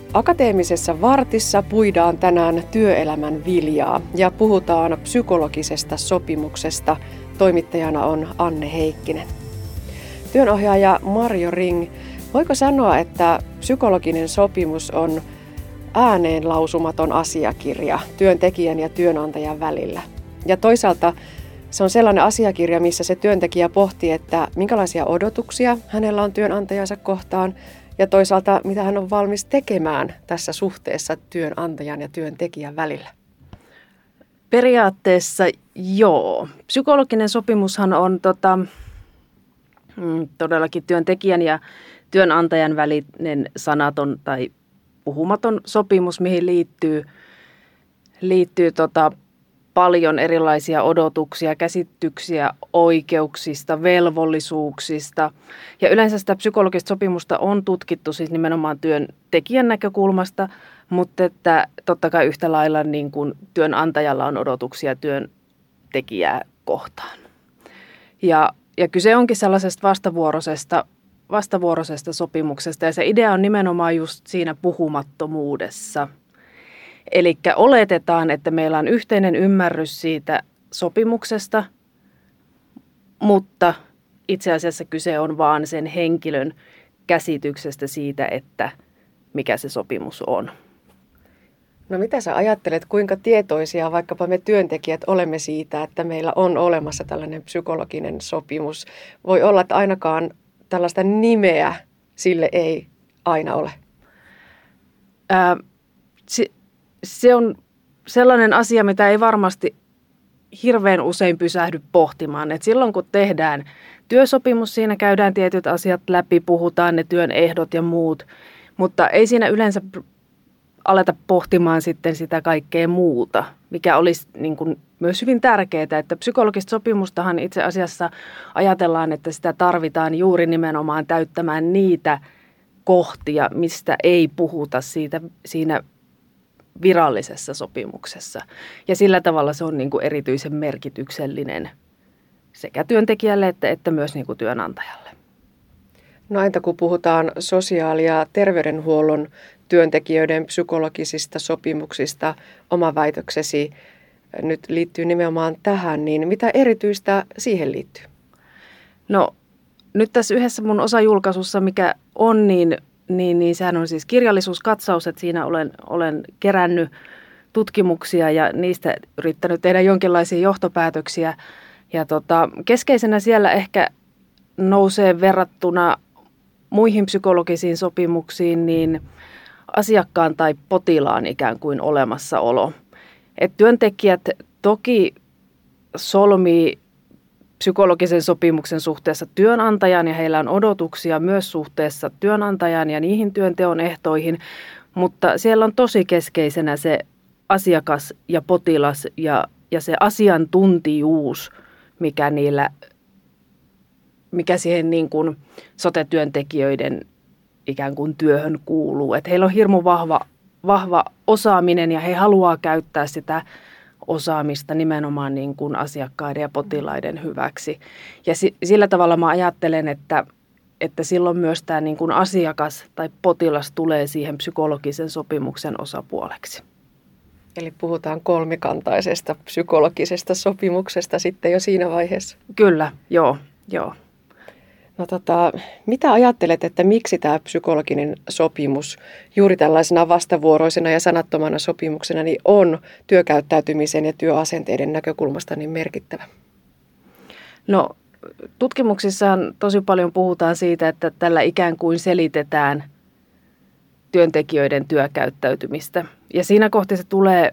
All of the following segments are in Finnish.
Akateemisessa vartissa puidaan tänään työelämän viljaa ja puhutaan psykologisesta sopimuksesta. Toimittajana on Anne Heikkinen. Työnohjaaja Marjo Ring, voiko sanoa, että psykologinen sopimus on ääneen lausumaton asiakirja työntekijän ja työnantajan välillä? Ja toisaalta se on sellainen asiakirja, missä se työntekijä pohtii, että minkälaisia odotuksia hänellä on työnantajansa kohtaan ja toisaalta mitä hän on valmis tekemään tässä suhteessa työnantajan ja työntekijän välillä. Periaatteessa joo. Psykologinen sopimushan on todellakin työntekijän ja työnantajan välinen sanaton tai puhumaton sopimus, mihin liittyy paljon erilaisia odotuksia, käsityksiä oikeuksista, velvollisuuksista. Ja yleensä sitä psykologista sopimusta on tutkittu siis nimenomaan työntekijän näkökulmasta, mutta että totta kai yhtä lailla niin kuin työnantajalla on odotuksia työntekijää kohtaan. Ja kyse onkin sellaisesta vastavuoroisesta sopimuksesta ja se idea on nimenomaan just siinä puhumattomuudessa. Eli oletetaan, että meillä on yhteinen ymmärrys siitä sopimuksesta, mutta itse asiassa kyse on vaan sen henkilön käsityksestä siitä, että mikä se sopimus on. No mitä sä ajattelet, kuinka tietoisia vaikkapa me työntekijät olemme siitä, että meillä on olemassa tällainen psykologinen sopimus? Voi olla, että ainakaan tällaista nimeä sille ei aina ole. Se on sellainen asia, mitä ei varmasti hirveän usein pysähdy pohtimaan. Et silloin kun tehdään työsopimus, siinä käydään tietyt asiat läpi, puhutaan ne työn ehdot ja muut, mutta ei siinä yleensä aleta pohtimaan sitten sitä kaikkea muuta, mikä olisi niin kuin myös hyvin tärkeää, että psykologista sopimustahan itse asiassa ajatellaan, että sitä tarvitaan juuri nimenomaan täyttämään niitä kohtia, mistä ei puhuta siinä virallisessa sopimuksessa. Ja sillä tavalla se on niin kuin erityisen merkityksellinen sekä työntekijälle että myös niin kuin työnantajalle. No entä kun puhutaan sosiaali- ja terveydenhuollon työntekijöiden psykologisista sopimuksista, oma väitöksesi nyt liittyy nimenomaan tähän, niin mitä erityistä siihen liittyy? No nyt tässä yhdessä mun osajulkaisussa, mikä on, niin sehän on siis kirjallisuuskatsaus, että siinä olen kerännyt tutkimuksia ja niistä yrittänyt tehdä jonkinlaisia johtopäätöksiä. Ja keskeisenä siellä ehkä nousee verrattuna muihin psykologisiin sopimuksiin niin asiakkaan tai potilaan ikään kuin olemassaolo. Et työntekijät toki solmii psykologisen sopimuksen suhteessa työnantajaan ja heillä on odotuksia myös suhteessa työnantajaan ja niihin työnteon ehtoihin, mutta siellä on tosi keskeisenä se asiakas ja potilas ja se asiantuntijuus, mikä siihen niin kuin sote-työntekijöiden ikään kuin työhön kuuluu. Että heillä on hirmu vahva osaaminen ja he haluaa käyttää sitä osaamista nimenomaan niin kuin asiakkaiden ja potilaiden hyväksi. Ja sillä tavalla mä ajattelen, että silloin myös tämä niin kuin asiakas tai potilas tulee siihen psykologisen sopimuksen osapuoleksi. Eli puhutaan kolmikantaisesta psykologisesta sopimuksesta sitten jo siinä vaiheessa. Kyllä, joo. No mitä ajattelet, että miksi tämä psykologinen sopimus juuri tällaisena vastavuoroisena ja sanattomana sopimuksena niin on työkäyttäytymisen ja työasenteiden näkökulmasta niin merkittävä? No tutkimuksissahan tosi paljon puhutaan siitä, että tällä ikään kuin selitetään työntekijöiden työkäyttäytymistä. Ja siinä kohti se tulee,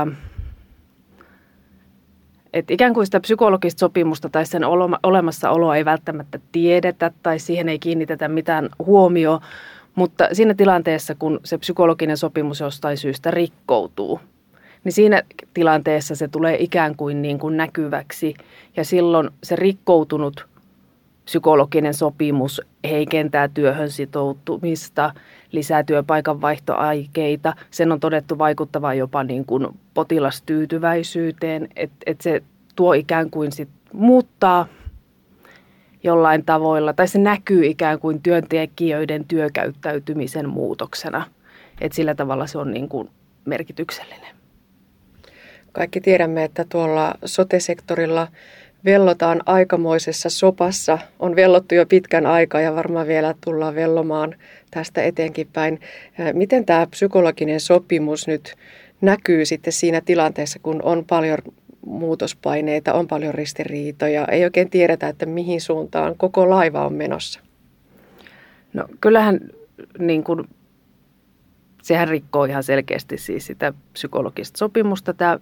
että ikään kuin sitä psykologista sopimusta tai sen olemassaoloa ei välttämättä tiedetä tai siihen ei kiinnitetä mitään huomioon, mutta siinä tilanteessa, kun se psykologinen sopimus jostain syystä rikkoutuu, niin siinä tilanteessa se tulee ikään kuin, näkyväksi ja silloin se rikkoutunut psykologinen sopimus heikentää työhön sitoutumista, lisää työpaikan vaihtoaikeita. Sen on todettu vaikuttavan jopa niin kuin potilastyytyväisyyteen, että se tuo ikään kuin sit muuttaa jollain tavoilla, tai se näkyy ikään kuin työntekijöiden työkäyttäytymisen muutoksena. että sillä tavalla se on niin kuin merkityksellinen. Kaikki tiedämme, että tuolla sote-sektorilla vellotaan aikamoisessa sopassa. On vellottu jo pitkän aikaa ja varmaan vielä tullaan vellomaan tästä eteenkin päin. Miten tämä psykologinen sopimus nyt näkyy sitten siinä tilanteessa, kun on paljon muutospaineita, on paljon ristiriitoja, ei oikein tiedetä, että mihin suuntaan koko laiva on menossa? No kyllähän niin kuin, sehän rikkoo ihan selkeästi siis sitä psykologista sopimusta tämä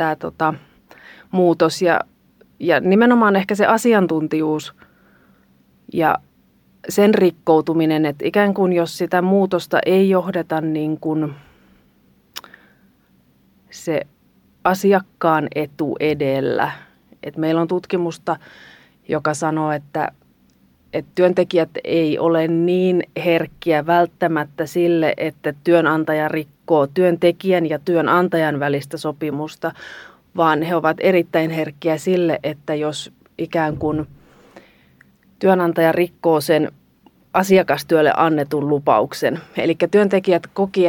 muutos ja nimenomaan ehkä se asiantuntijuus ja sen rikkoutuminen, että ikään kuin jos sitä muutosta ei johdeta niin kuin se asiakkaan etu edellä. Että meillä on tutkimusta, joka sanoo, että työntekijät ei ole niin herkkiä välttämättä sille, että työnantaja rikkoo työntekijän ja työnantajan välistä sopimusta, vaan he ovat erittäin herkkiä sille, että jos ikään kuin työnantaja rikkoo sen asiakastyölle annetun lupauksen. Eli työntekijät koki,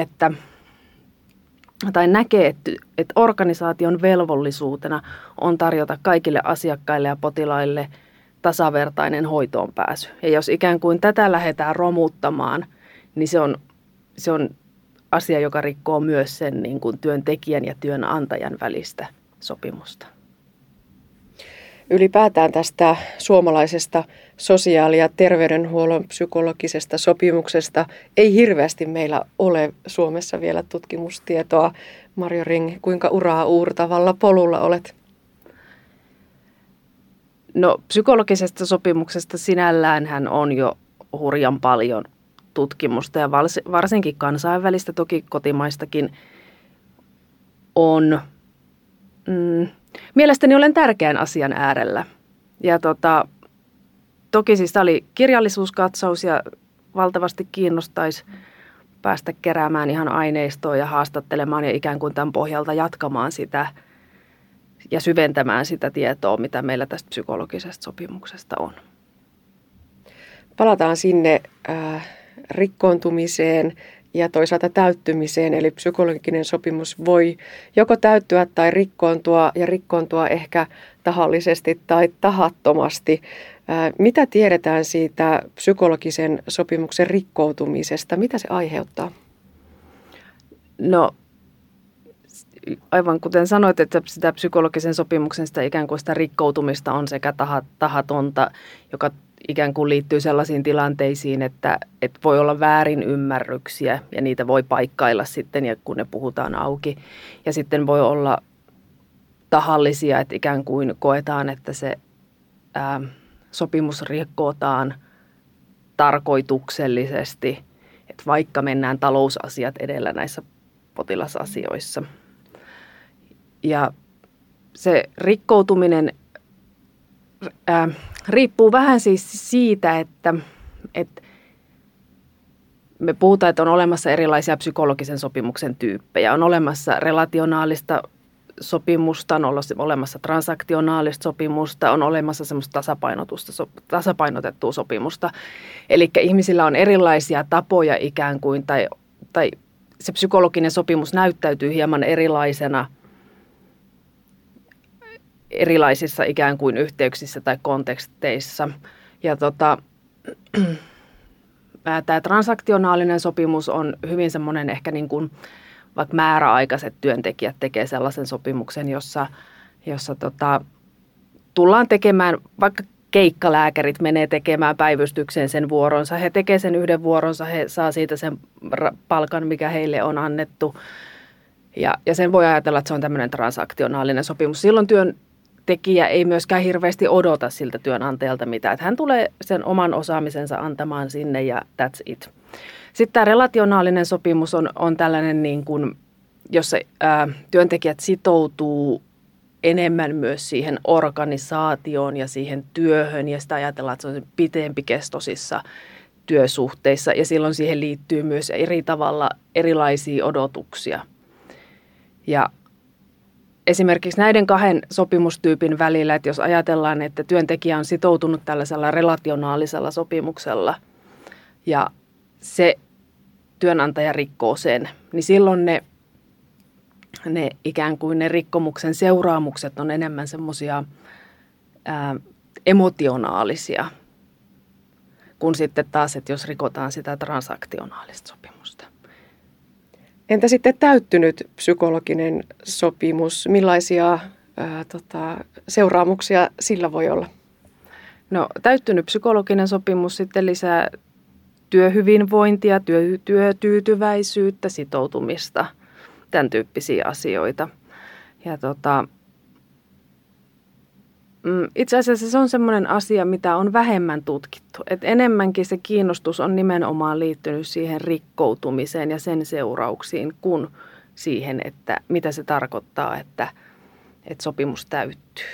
tai näkee, että organisaation velvollisuutena on tarjota kaikille asiakkaille ja potilaille tasavertainen hoitoon pääsy. Ja jos ikään kuin tätä lähdetään romuttamaan, niin se on asia, joka rikkoo myös sen niin kuin työntekijän ja työnantajan välistä sopimusta. Ylipäätään tästä suomalaisesta sosiaali- ja terveydenhuollon psykologisesta sopimuksesta ei hirveästi meillä ole Suomessa vielä tutkimustietoa. Marjo Ring, kuinka uraa uurtavalla polulla olet? No psykologisesta sopimuksesta sinällään hän on jo hurjan paljon tutkimusta ja varsinkin kansainvälistä, toki kotimaistakin on. Mielestäni olen tärkeän asian äärellä. Ja toki siis tämä oli kirjallisuuskatsaus ja valtavasti kiinnostaisi päästä keräämään ihan aineistoa ja haastattelemaan ja ikään kuin tämän pohjalta jatkamaan sitä ja syventämään sitä tietoa, mitä meillä tästä psykologisesta sopimuksesta on. Palataan sinne rikkoontumiseen ja toisaalta täyttymiseen, eli psykologinen sopimus voi joko täyttyä tai rikkoontua ehkä tahallisesti tai tahattomasti. Mitä tiedetään siitä psykologisen sopimuksen rikkoutumisesta? Mitä se aiheuttaa? No aivan kuten sanoit, että sitä psykologisen sopimuksen sitä ikään kuin sitä rikkoutumista on sekä tahatonta, joka ikään kuin liittyy sellaisiin tilanteisiin, että voi olla väärinymmärryksiä ja niitä voi paikkailla sitten, ja kun ne puhutaan auki. Ja sitten voi olla tahallisia, että ikään kuin koetaan, että se sopimus rikkotaan tarkoituksellisesti, että vaikka mennään talousasiat edellä näissä potilasasioissa. Ja se rikkoutuminen riippuu vähän siis siitä, että me puhutaan, että on olemassa erilaisia psykologisen sopimuksen tyyppejä. On olemassa relationaalista sopimusta, on olemassa transaktionaalista sopimusta, on olemassa semmoista tasapainotettua sopimusta. Eli ihmisillä on erilaisia tapoja ikään kuin, tai se psykologinen sopimus näyttäytyy hieman erilaisena erilaisissa ikään kuin yhteyksissä tai konteksteissa. Ja tämä transaktionaalinen sopimus on hyvin semmoinen ehkä niin kuin vaikka määräaikaiset työntekijät tekee sellaisen sopimuksen, jossa tullaan tekemään, vaikka keikkalääkärit menee tekemään päivystykseen sen vuoronsa. He tekevät sen yhden vuoronsa, he saa siitä sen palkan, mikä heille on annettu. Ja sen voi ajatella, että se on tämmöinen transaktionaalinen sopimus. Silloin työntekijä ei myöskään hirveästi odota siltä työnantajalta mitään. Että hän tulee sen oman osaamisensa antamaan sinne ja that's it. Sitten tämä relationaalinen sopimus on tällainen, niin kuin, jossa työntekijät sitoutuu enemmän myös siihen organisaatioon ja siihen työhön. Ja sitä ajatellaan, että se on pitempikestoisissa työsuhteissa. Ja silloin siihen liittyy myös eri tavalla erilaisia odotuksia. Ja esimerkiksi näiden kahden sopimustyypin välillä, että jos ajatellaan, että työntekijä on sitoutunut tällaisella relationaalisella sopimuksella ja se työnantaja rikkoo sen, niin silloin ne ikään kuin ne rikkomuksen seuraamukset on enemmän semmoisia emotionaalisia, kun sitten taas, että jos rikotaan sitä transaktionaalista sopimusta. Entä sitten täyttynyt psykologinen sopimus? Millaisia seuraamuksia sillä voi olla? No, täyttynyt psykologinen sopimus sitten lisää työhyvinvointia, työtyytyväisyyttä, sitoutumista, tämän tyyppisiä asioita. Ja itse asiassa se on semmoinen asia, mitä on vähemmän tutkittu. Et enemmänkin se kiinnostus on nimenomaan liittynyt siihen rikkoutumiseen ja sen seurauksiin kuin siihen, että mitä se tarkoittaa, että sopimus täyttyy.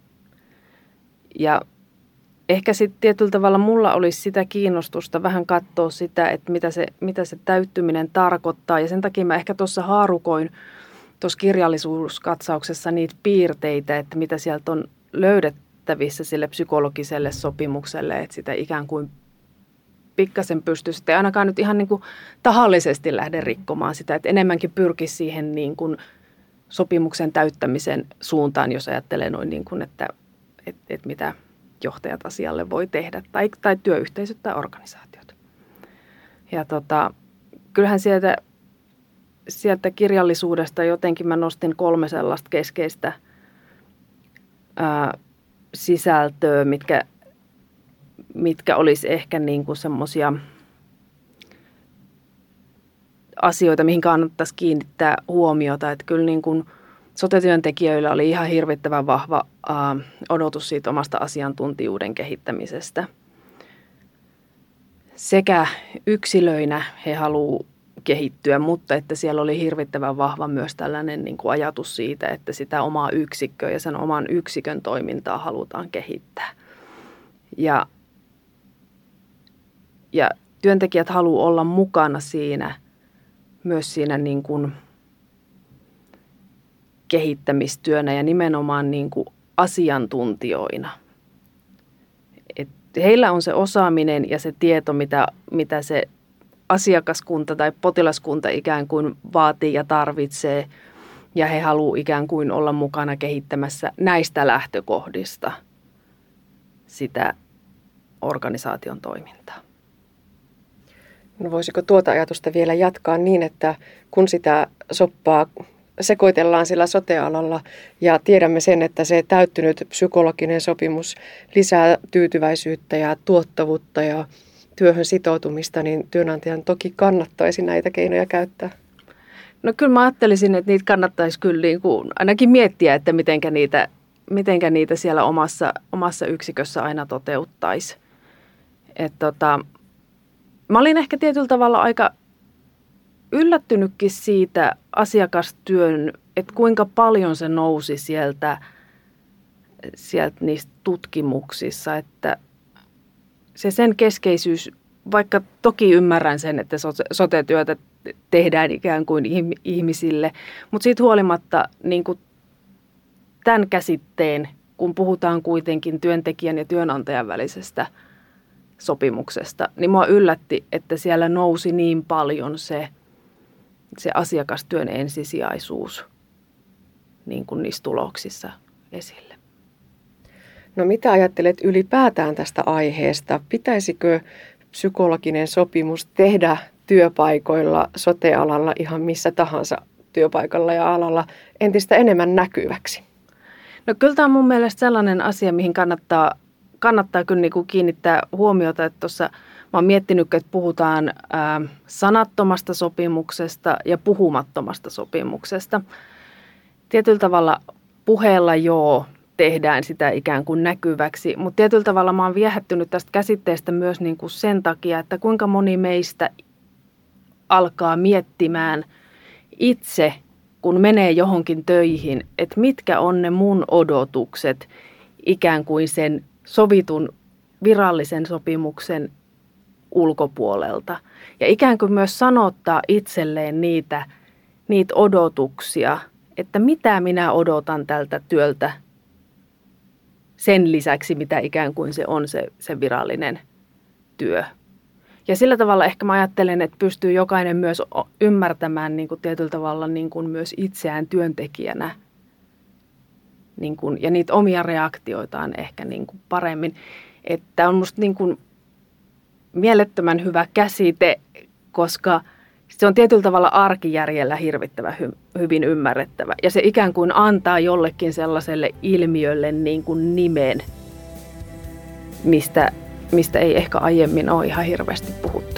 Ja ehkä sitten tietyllä tavalla mulla olisi sitä kiinnostusta vähän katsoa sitä, että mitä se täyttyminen tarkoittaa. Ja sen takia mä ehkä tuossa haarukoin tuossa kirjallisuuskatsauksessa niitä piirteitä, että mitä sieltä on löydettävissä sille psykologiselle sopimukselle, että sitä ikään kuin pikkasen pystyisi, että ei ainakaan nyt ihan niin kuin tahallisesti lähde rikkomaan sitä, että enemmänkin pyrkisi siihen niin kuin sopimuksen täyttämisen suuntaan, jos ajattelee noin niin kuin, että mitä johtajat asialle voi tehdä, tai työyhteisöt tai organisaatiot. Ja kyllähän sieltä kirjallisuudesta jotenkin mä nostin 3 sellaista keskeistä sisältöä, mitkä olisi ehkä niin kuin semmoisia asioita, mihin kannattaisi kiinnittää huomiota. Että kyllä niin kuin sote-työntekijöillä oli ihan hirvittävän vahva odotus siitä omasta asiantuntijuuden kehittämisestä. Sekä yksilöinä he haluavat kehittyä, mutta että siellä oli hirvittävän vahva myös tällainen niin kuin ajatus siitä, että sitä omaa yksikköä ja sen oman yksikön toimintaa halutaan kehittää. Ja työntekijät haluavat olla mukana myös siinä niin kuin kehittämistyönä ja nimenomaan niin kuin asiantuntijoina. Et heillä on se osaaminen ja se tieto, mitä se asiakaskunta tai potilaskunta ikään kuin vaatii ja tarvitsee, ja he haluavat ikään kuin olla mukana kehittämässä näistä lähtökohdista sitä organisaation toimintaa. No voisiko tuota ajatusta vielä jatkaa niin, että kun sitä soppaa sekoitellaan sillä sote-alalla ja tiedämme sen, että se täyttynyt psykologinen sopimus lisää tyytyväisyyttä ja tuottavuutta ja työhön sitoutumista, niin työnantajan toki kannattaisi näitä keinoja käyttää. No kyllä mä ajattelisin, että niitä kannattaisi kyllä niin kuin ainakin miettiä, että mitenkä niitä siellä omassa yksikössä aina toteuttaisi. Mä olin ehkä tietyllä tavalla aika yllättynytkin siitä asiakastyön, että kuinka paljon se nousi sieltä niistä tutkimuksissa, että se sen keskeisyys, vaikka toki ymmärrän sen, että sote-työtä tehdään ikään kuin ihmisille, mutta siitä huolimatta niin kuin tämän käsitteen, kun puhutaan kuitenkin työntekijän ja työnantajan välisestä sopimuksesta, niin mua yllätti, että siellä nousi niin paljon se asiakastyön ensisijaisuus niin kuin niissä tuloksissa esille. No mitä ajattelet ylipäätään tästä aiheesta? Pitäisikö psykologinen sopimus tehdä työpaikoilla, sote-alalla, ihan missä tahansa työpaikalla ja alalla entistä enemmän näkyväksi? No kyllä tämä on mun mielestä sellainen asia, mihin kannattaa kyllä niin kuin kiinnittää huomiota, että tuossa mä oon miettinyt, että puhutaan sanattomasta sopimuksesta ja puhumattomasta sopimuksesta. Tietyllä tavalla puheella tehdään sitä ikään kuin näkyväksi, mutta tietyllä tavalla mä oon viehättynyt tästä käsitteestä myös niin kuin sen takia, että kuinka moni meistä alkaa miettimään itse, kun menee johonkin töihin, että mitkä on ne mun odotukset ikään kuin sen sovitun virallisen sopimuksen ulkopuolelta. Ja ikään kuin myös sanottaa itselleen niitä odotuksia, että mitä minä odotan tältä työltä sen lisäksi, mitä ikään kuin se on se virallinen työ. Ja sillä tavalla ehkä mä ajattelen, että pystyy jokainen myös ymmärtämään niin kuin tietyllä tavalla niin kuin myös itseään työntekijänä niin kuin, ja niitä omia reaktioitaan ehkä niin kuin paremmin. Että on musta niin kuin mielettömän hyvä käsite, koska se on tietyllä tavalla arkijärjellä hirvittävän hyvin ymmärrettävä. Ja se ikään kuin antaa jollekin sellaiselle ilmiölle niin kuin nimen, mistä ei ehkä aiemmin ole ihan hirveästi puhuttu.